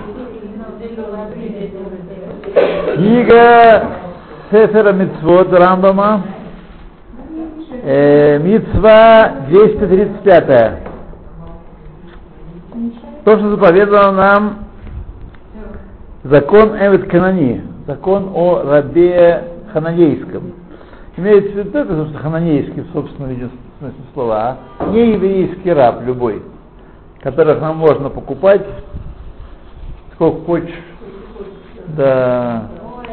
Книга Сефера Мицвот Рамбама, Мицва 235. То, что заповедовал нам закон Эвет Канани, закон о рабе хананейском. Имеется в виду это, потому что хананейский в собственном виде смысле слова, не еврейский раб любой, которых нам можно покупать сколько хочешь. Да.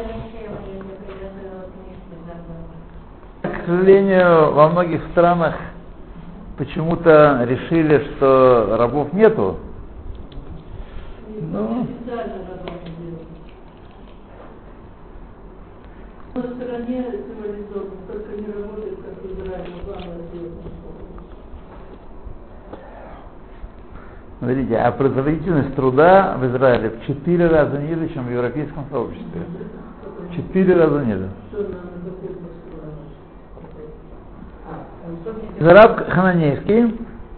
К сожалению, во многих странах почему-то решили, что рабов нету. Ну, на стороне цивилизован, только не работает, как в Израиле, смотрите, а производительность труда в Израиле в 4 раза ниже, чем в европейском сообществе. В 4 раза ниже. Раб хананейский,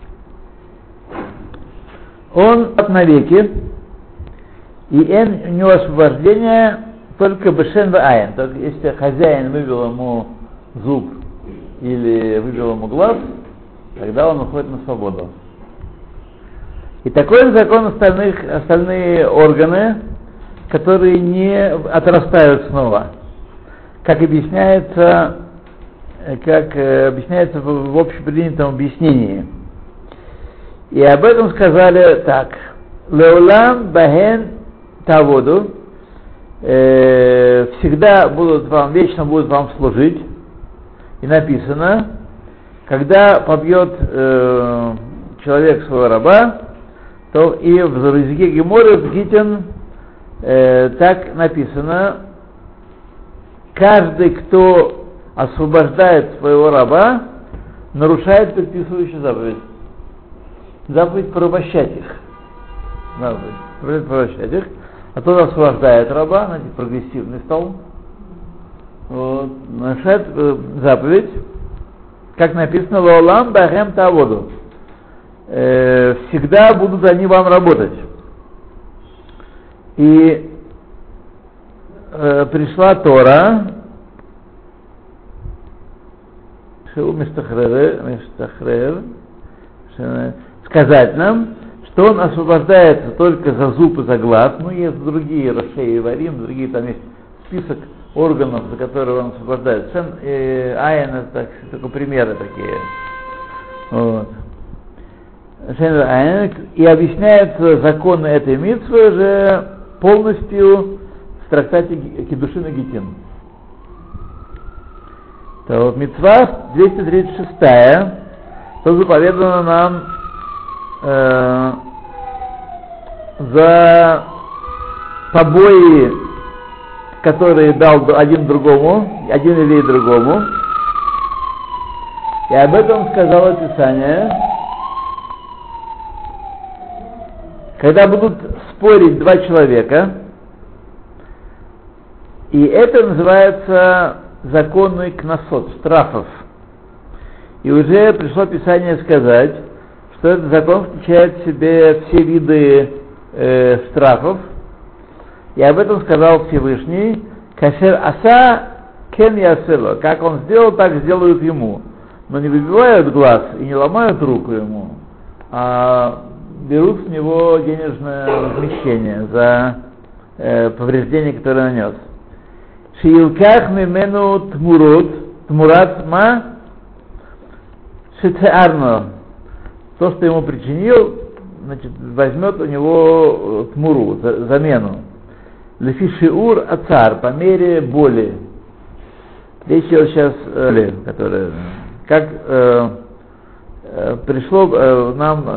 он навеки, и у него освобождение только бешен ваайн, только если хозяин выбил ему зуб или выбил ему глаз, тогда он уходит на свободу. И такой же закон остальные органы, которые не отрастают снова, как объясняется в общепринятом объяснении. И об этом сказали так: Леулам бахен таводу, всегда будут вам, вечно будут вам служить. И написано, когда побьет человек своего раба, то и в языке Геморы, в Гитин, так написано: каждый, кто освобождает своего раба, нарушает предписывающую заповедь. Заповедь порабощать их. Заповедь порабощать их. А тот освобождает раба, знаете, прогрессивный стал. Вот, нарушает заповедь, как написано: «Лоолам бахем таводу». Всегда будут они вам работать. И пришла Тора, сказать нам, что он освобождается только за зуб и за глаз. Ну, есть другие Рашей и Варим, другие, там есть список органов, за которые он освобождается. Айн, это только примеры такие. Вот. И объясняются законы этой мицвы уже полностью в трактате Кидушин и Гитин. То вот мицва 236, то заповедано нам за побои, которые дал один другому, один еврей другому. И об этом сказало Писание. Когда будут спорить два человека, и это называется законы кнасот, штрафов. И уже пришло Писание сказать, что этот закон включает в себе все виды штрафов. И об этом сказал Всевышний: «Кашер аса кен ясело». Как он сделал, так сделают ему. Но не выбивают глаз и не ломают руку ему, а берут с него денежное возмещение за повреждение, которое нанес. Шиилках мимену тмурат ма шицеарно. То, что ему причинил, значит, возьмет у него тмуру, замену. Лефишиур ацар, по мере боли. Речь идет сейчас, которая, как пришло нам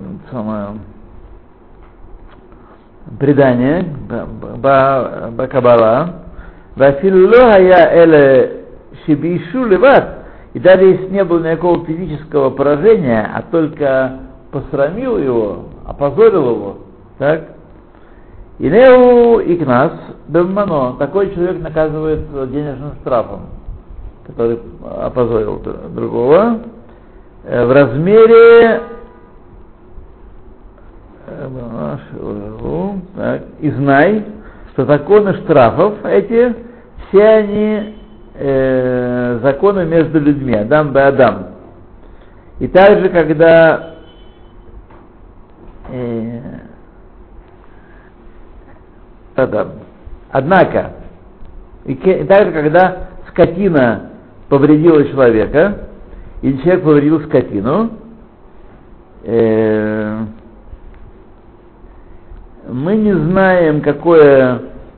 предание Бакабала, Вафилло я эле шибишу леват, и даже если не было никакого физического поражения, а только посрамил его, опозорил его, так? Инеу икнас беммано, такой человек наказывает денежным штрафом, который опозорил другого, в размере Так, и знай, что законы штрафов эти, все они законы между людьми, Адам бе Адам. И также, когда однако, и также, когда скотина повредила человека, или человек повредил скотину, мы не знаем, какое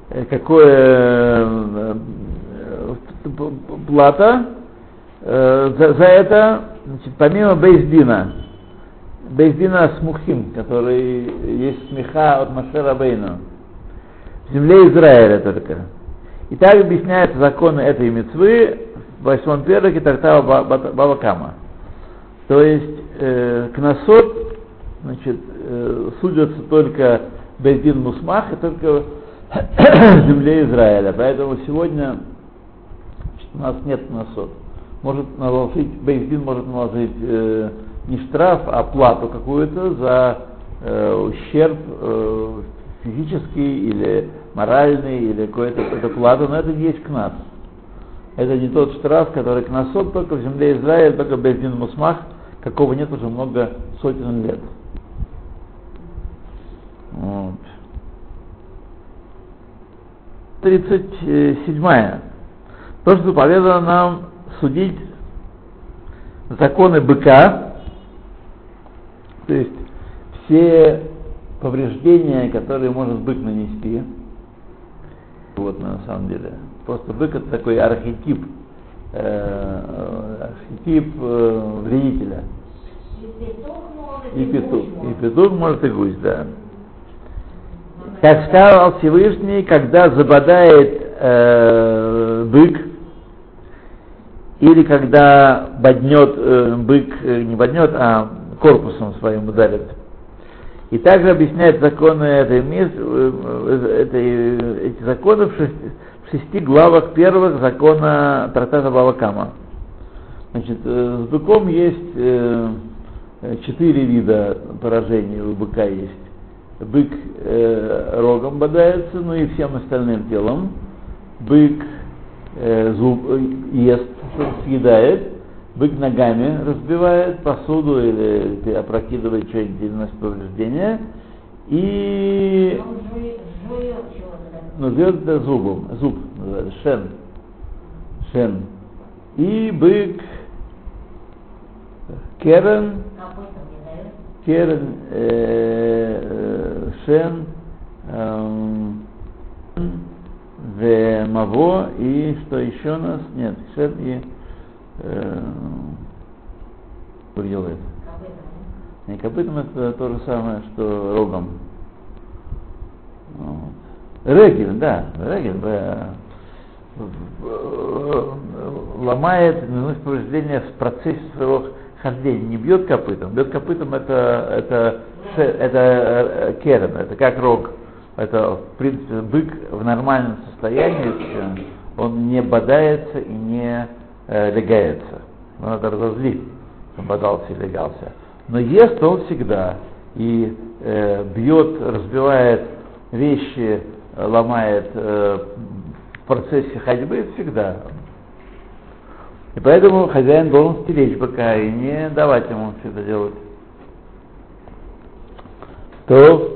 плата за это, значит, помимо Бейздина Смухим, который есть смеха от Моше Рабейну, в земле Израиля только. И так объясняются законы этой мицвы в 8 пероке Трактата Бава Кама. То есть кнасот, значит, судятся только Бейздин Мусмах и только в земле Израиля. Поэтому сегодня у нас нет кнасот. Может наложить, Бейздин может наложить не штраф, а плату какую-то за ущерб физический или моральный, или какую-то плату, но это не есть кнас. Это не тот штраф, который кнасот только в земле Израиля, только Бейздин Мусмах, какого нет уже много сотен лет. Вот. 37. То, что заповедано нам судить законы быка, то есть все повреждения, которые может бык нанести, вот на самом деле. Просто бык это такой архетип вредителя. И петух может и гусь, да. Как сказал Всевышний, когда забодает бык, или когда боднет бык, не боднет, а корпусом своим ударит. И также объясняет законы эти законы в 6 главах первых закона Трактата Бава Кама. Значит, с быком есть 4 вида поражений у быка есть. Бык рогом бодается, ну и всем остальным телом. Бык зуб ест, съедает. Бык ногами разбивает посуду или опрокидывает что-нибудь или наносит повреждения. И жует это зубом. Зуб называется, шен. И бык керен, шен, маво, и что еще у нас? Нет, шен и делает. Не копытом это то же самое, что рогом. Вот. Регель, да, регель ломает, наносит повреждения в процессе своего хождения. Не бьет копытом. Бьет копытом это керен, это как рог. Это, в принципе, бык в нормальном состоянии, он не бодается и не легается. Его надо разозлить, он бодался и легался. Но ест он всегда и бьет, разбивает вещи, ломает в процессе ходьбы всегда. И поэтому хозяин должен стеречь быка и не давать ему все это делать. То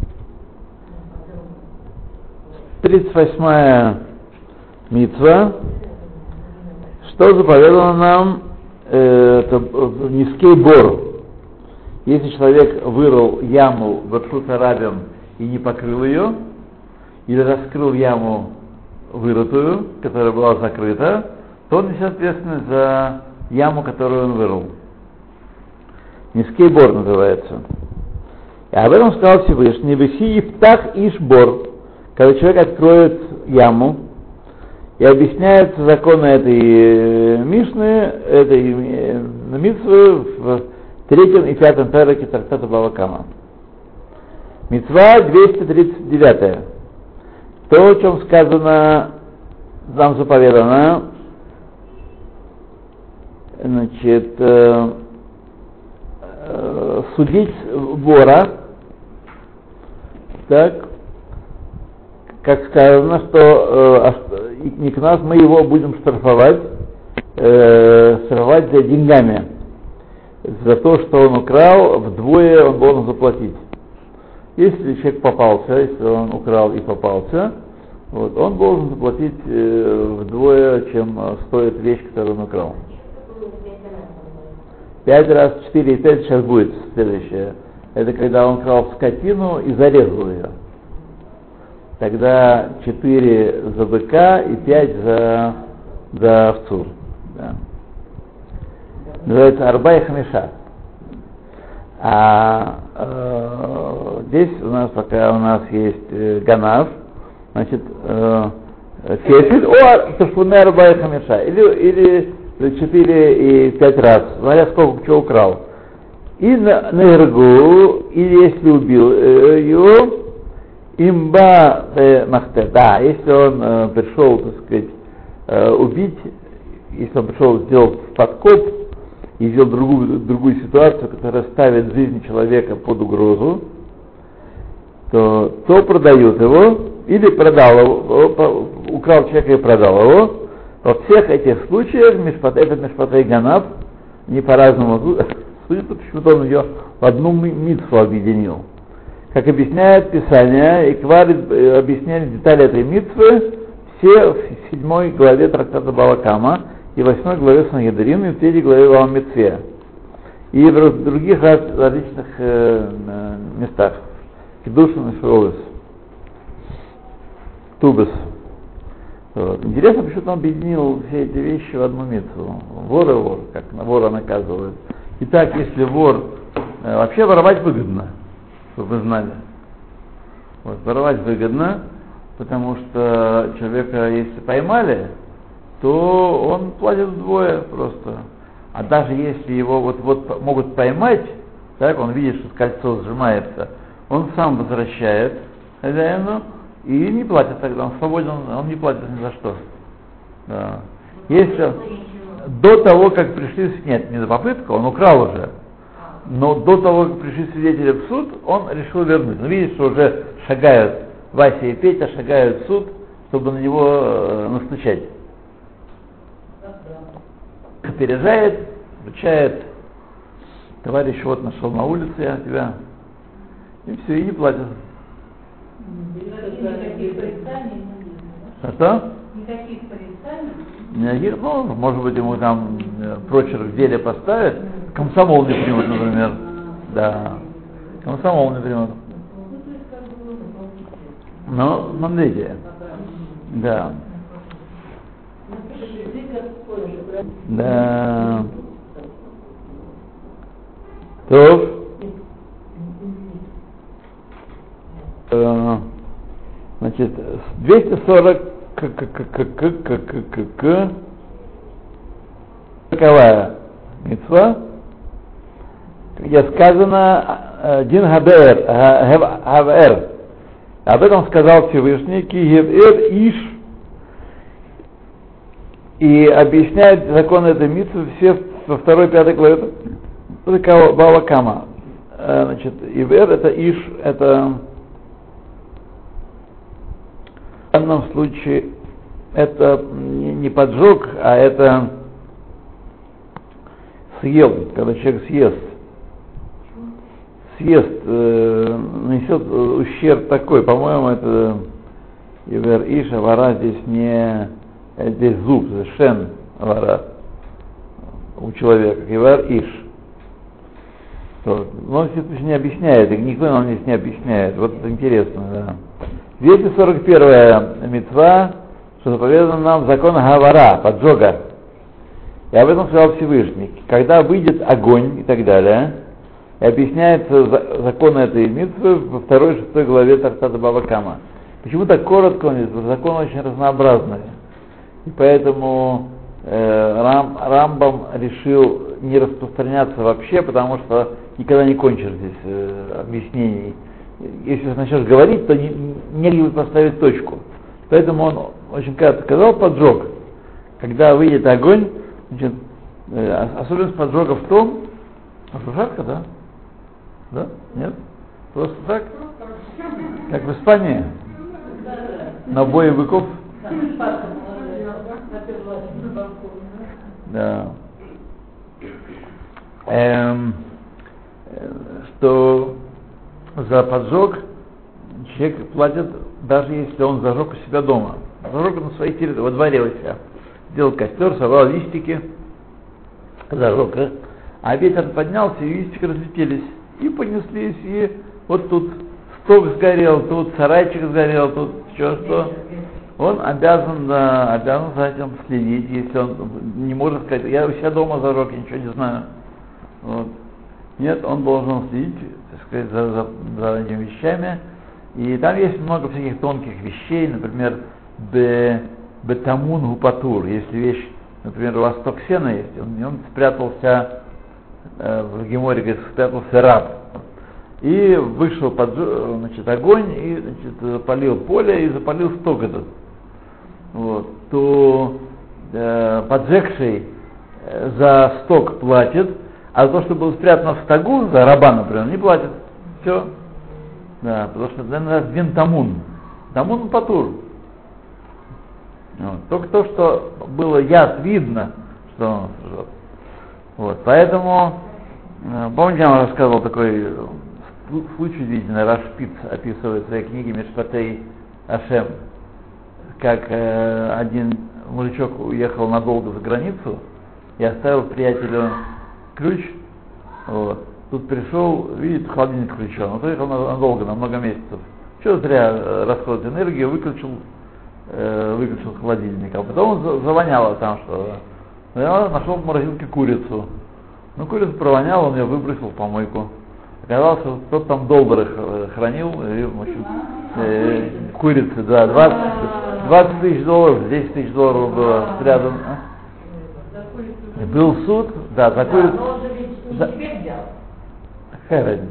38-я мицва, что заповедано нам, это низкий бор. Если человек вырыл яму в Рашут Арабим и не покрыл ее, или раскрыл яму вырытую, которая была закрыта, то он несет ответственность за яму, которую он вырыл. Низкий бор называется. И об этом сказал Всевышний: «Вехи ифтах иш-бор», когда человек откроет яму, и объясняются законы этой Мишны, этой мицвы в 3 и 5 пероке Трактата Бава Кама. Мицва 239. То, о чем сказано, нам заповедано, значит, судить вора, Так, как сказано, что Никнас, мы его будем штрафовать за деньгами. За то, что он украл, вдвое он должен заплатить. Если человек попался, если он украл и попался, вот, он должен заплатить вдвое, чем стоит вещь, которую он украл. 5 раз, 4 и 5 сейчас будет следующее. Это когда он украл скотину и зарезал ее. Тогда 4 за быка и 5 за овцу. Да. Называется арба и хамиша. Здесь у нас пока у нас есть ганав, значит, кефель, ташпуне арба и хамиша. Или 4 и 5 раз, смотря сколько чего украл. И на эргу, или если убил его, имба махте. Да, если он пришел, так сказать, убить, если он пришел сделать подкоп и сделал другую ситуацию, которая ставит жизнь человека под угрозу, то продают его, или продал его, украл человека и продал его. Во всех этих случаях этот мишпатай ганав не по-разному судит, почему-то он ее в одну мицву объединил. Как объясняет Писание, и Квар объясняет детали этой мицвы все в 7 главе трактата Бава Кама, и в 8 главе Сангедрин, и в 3 главе Бава Мицве, и в других различных местах. Кедушин и Шоулес, Тубес. Вот. Интересно, почему-то он объединил все эти вещи в одну мицву. Вор и вор, как вора наказывают. Итак, если вор, вообще воровать выгодно, чтобы вы знали. Вот, воровать выгодно, потому что человека, если поймали, то он платит вдвое просто. А даже если его вот могут поймать, так, он видит, что кольцо сжимается, он сам возвращает хозяину и не платит тогда, он свободен, он не платит ни за что. Да. Если до того, как пришли, нет, не за попытку, он украл уже, но до того, как пришли свидетели в суд, он решил вернуть. Он видит, что уже шагают, Вася и Петя шагают в суд, чтобы на него настучать. Опережает, вручает, товарищ вот нашел на улице я тебя, и все, и не платит. Никаких порицаний нет. Что? Никаких порицаний? Никаких, ну, может быть, ему там прочерк в деле поставят, комсомол не примут, например. Да, комсомол не примут. Ну, смотрите. Да. Да. То. Значит, 240 каковая мицва, где сказано Дин Хавер. Об этом сказал Всевышний Киевер Иш, и объясняет законы этой мицвы все во 2-5 главе Бава Кама. Значит, Ивер это Иш, это в данном случае это не поджог, а это съел, когда человек съест, несет ущерб такой, по-моему, это Ивер Иш, а вора здесь не, здесь зуб, шен вора у человека, Ивер Иш. Он здесь не объясняет, и никто нам здесь не объясняет, вот это интересно, да. 241 мицва, что заповедано нам закон Гавара, поджога. И об этом сказал Всевышний. Когда выйдет огонь и так далее, и объясняется законы этой мицвы во 2-6 главе трактата Бава Кама. Почему так коротко он здесь? Потому что законы очень разнообразные. И поэтому Рамбам решил не распространяться вообще, потому что никогда не кончишь здесь объяснений. Если начнешь говорить, то негде будет поставить точку. Поэтому он очень кратко сказал поджог. Когда выйдет огонь, значит, особенность поджога в том, что жарко, да? Да? Нет? Просто так? Как в Испании? На бое быков? Да. Что за поджог человек платит, даже если он зажег у себя дома. Зажег на своей территории, во дворе у себя. Сделал костер, собрал листики, зажег их. А ветер поднялся, и листики разлетелись. И понеслись, и вот тут сток сгорел, тут сарайчик сгорел, тут еще что. Он обязан за этим следить, если он не может сказать, я у себя дома зажег, я ничего не знаю. Вот. Нет, он должен следить, так сказать, за этими вещами. И там есть много всяких тонких вещей, например, бетамун гупатур. Если вещь, например, у вас сток сена есть, он спрятался, в Геморе говорит, спрятался раб. И вышел огонь, и запалил поле, и запалил сток этот. Вот. То поджегший за сток платит, а за то, что было спрятано в стогу, за раба, например, не платит. Все. Да, потому что это называется винтамун. Тамун патур. Вот. Только то, что было яд, видно, что он сжег. Вот. Поэтому, помните, я вам рассказывал такой случай, видно, Рав Шпиц описывает в своей книге Мишпатей Ашем, как один мужичок уехал надолго за границу и оставил приятелю ключ. Вот. Тут пришел, видит, холодильник включен. Он уехал надолго, на много месяцев. Что зря расходовать энергию, выключил холодильник. А потом завоняло там, что я нашел в морозилке курицу. Ну, курицу провонял, он ее выбросил в помойку. Оказалось, что кто-то там доллары хранил, и, в общем, курицы, да, 20 тысяч долларов, 10 тысяч долларов было рядом. Был суд, да, за курицу. Какая разница?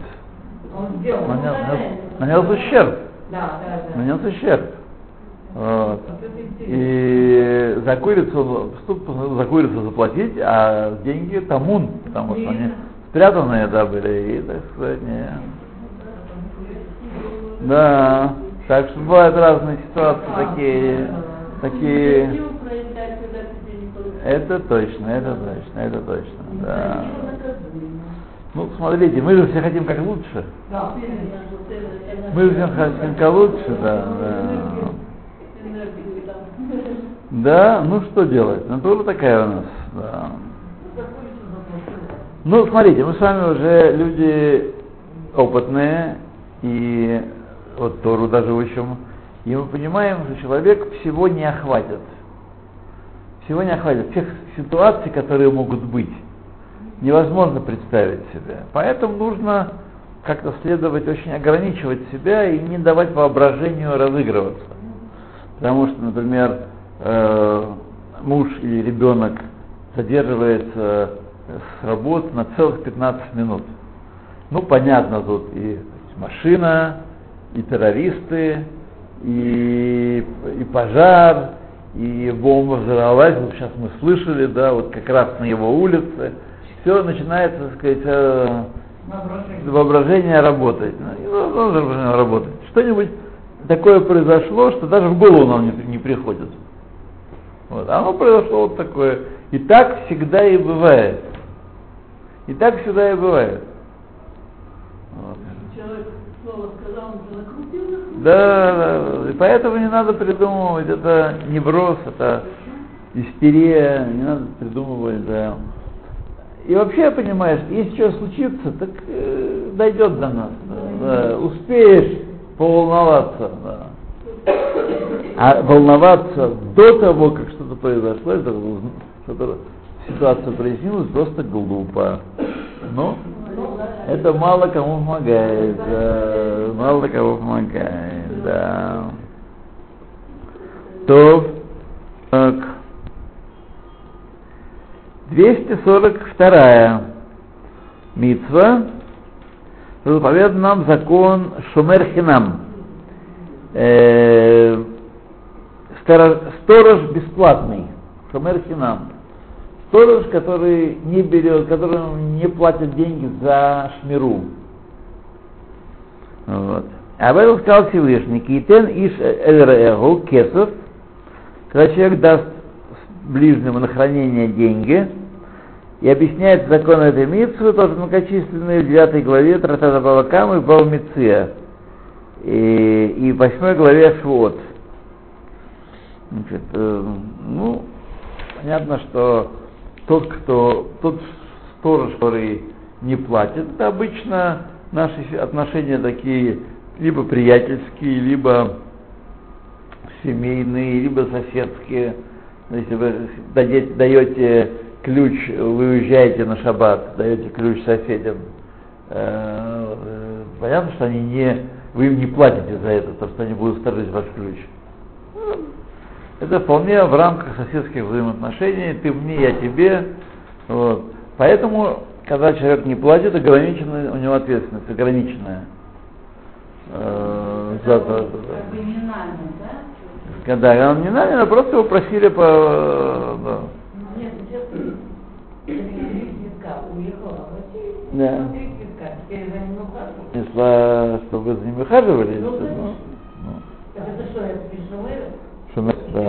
Нанес ущерб. Нанес ущерб. Вот. И за курицу заплатить, а деньги тамун, потому что они спрятанные, да, были, и, так сказать, не. Да, так что бывают разные ситуации такие. Это точно, да. Ну, смотрите, мы же все хотим как лучше. Мы же все хотим как лучше, да. Да, ну что делать? Натура такая у нас, да. Ну, смотрите, мы с вами уже люди опытные, и вот Тору даже учим, и мы понимаем, что человек всего не охватит. Всего не охватит. Всех ситуаций, которые могут быть, невозможно представить себе. Поэтому нужно как-то следовать, очень ограничивать себя и не давать воображению разыгрываться. Потому что, например, муж или ребенок задерживается с работы на целых 15 минут. Ну, понятно, тут и машина, и террористы, и пожар, и бомба взорвалась, вот сейчас мы слышали, да, вот как раз на его улице. Все начинается, так сказать, воображение работать. Работать. Что-нибудь такое произошло, что даже в голову нам не приходит. Вот. Оно произошло вот такое. И так всегда и бывает. Вот. Человек слово сказал, он уже накрутил. Да, и поэтому не надо придумывать, это невроз, это истерия, не надо придумывать, да. И вообще, понимаешь, если что случится, так дойдет до нас, да. Успеешь поволноваться, да. А волноваться до того, как что-то произошло, что-то ситуация прояснилась, просто глупо. Но это мало кому помогает, да. Мало кому помогает, да. То, так. 242 мицва. Заповедан нам закон Шомер Хинам. Сторож бесплатный. Шомер Хинам. Сторож, который не берет, которому не платят деньги за шмиру. Вот. Об этом сказал Всевышний. Китен иш эль-рэгу кесов, когда человек даст ближнему на хранение деньги, и объясняет закон этой митцвы, тоже многочисленные в 9 главе Трактата Бава Каммы и Бава Меция, и в 8 главе Швуот. Значит, понятно, что тот сторож, который не платит, это обычно наши отношения такие либо приятельские, либо семейные, либо соседские. Если вы даете ключ, вы уезжаете на шаббат, даете ключ соседям, понятно, что вы им не платите за это, то, что они будут сторожить ваш ключ. Это вполне в рамках соседских взаимоотношений, ты мне, я тебе. Вот. Поэтому, когда человек не платит, ограниченная у него ответственность, ограниченная. Как бы не нами, да? Когда он не нами, просто его просили по... Да. Нет, сейчас уехала в Россию, Да. теперь за ним ухаживают. Если, чтобы вы за ним ухаживали? Ну, это что, это пешевые? Да.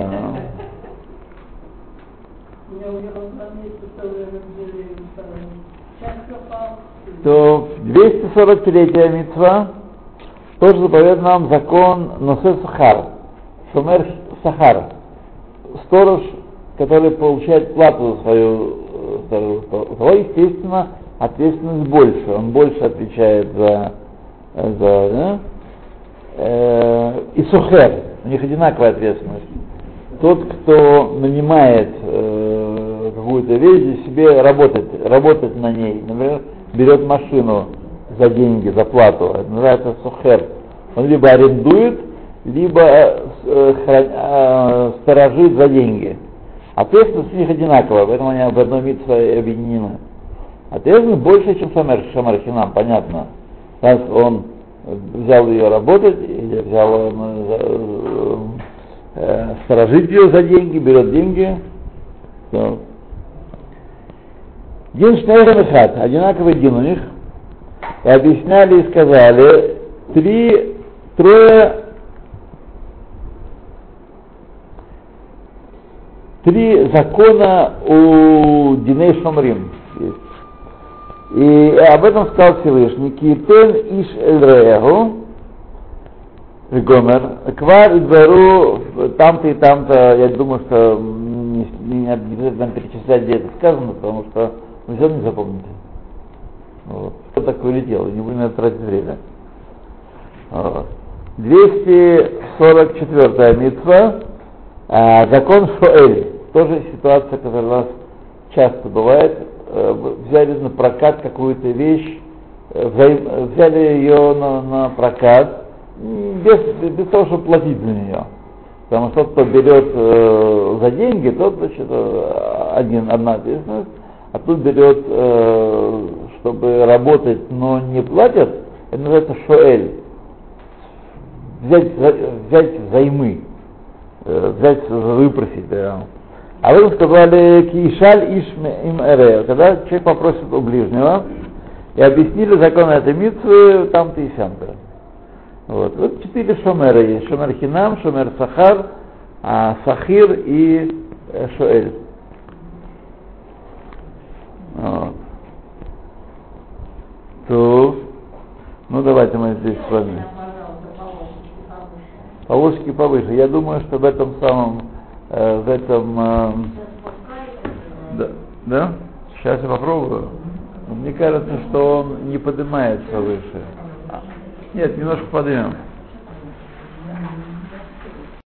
Я уехала на месте, в то время, где сейчас попал. То 243-я мицва тоже заповедует нам закон Носе Сахар, Шомер Сахар, сторож, который получает плату за свою сторожу, у того, естественно, ответственность больше, он больше отвечает за и Сухер, у них одинаковая ответственность. Тот, кто нанимает какую-то вещь, себе работать на ней, например, берет машину за деньги, за плату, это называется сухер. Он либо арендует, либо сторожит за деньги. Ответственность у них одинаковая, поэтому они в одной митцве объединены. Ответственность больше, чем Шомер Хинам, понятно. Раз он взял ее работать, или взял сторожить ее за деньги, берет деньги. То. Дин Шнейрам и Хат, одинаковый дин у них. И объясняли и сказали, три закона у Диней Шомрим есть. И об этом сказал Всевышний. Китен иш эль-регу, Гомер, квар и двору, там-то и там-то, я думаю, что не обязательно перечислять, где это сказано, потому что вы все не запомните. Вот. Кто так улетел, не будем на это тратить время. Вот. 244-я митцва, закон Шоэль, тоже ситуация, которая у нас часто бывает. Взяли на прокат какую-то вещь, взяли ее на прокат, без того, чтобы платить за нее. Потому что тот, кто берет за деньги, тот, значит, одна ответственность, а тут берет, чтобы работать, но не платят, это называется шоэль. Взять взаймы, выпросить. Да. А вы сказали, кишаль им эре, когда человек попросит у ближнего, и объяснили закон этой митцвы там-то и сям-то. Вот 4 шомера есть: шомер хинам, шомер сахар, сахир и шоэль. Вот. То, ну давайте мы здесь с вами. Повозки повыше. Я думаю, что в этом самом, да? Сейчас я попробую. Мне кажется, что он не поднимается выше. Нет, немножко поднимем.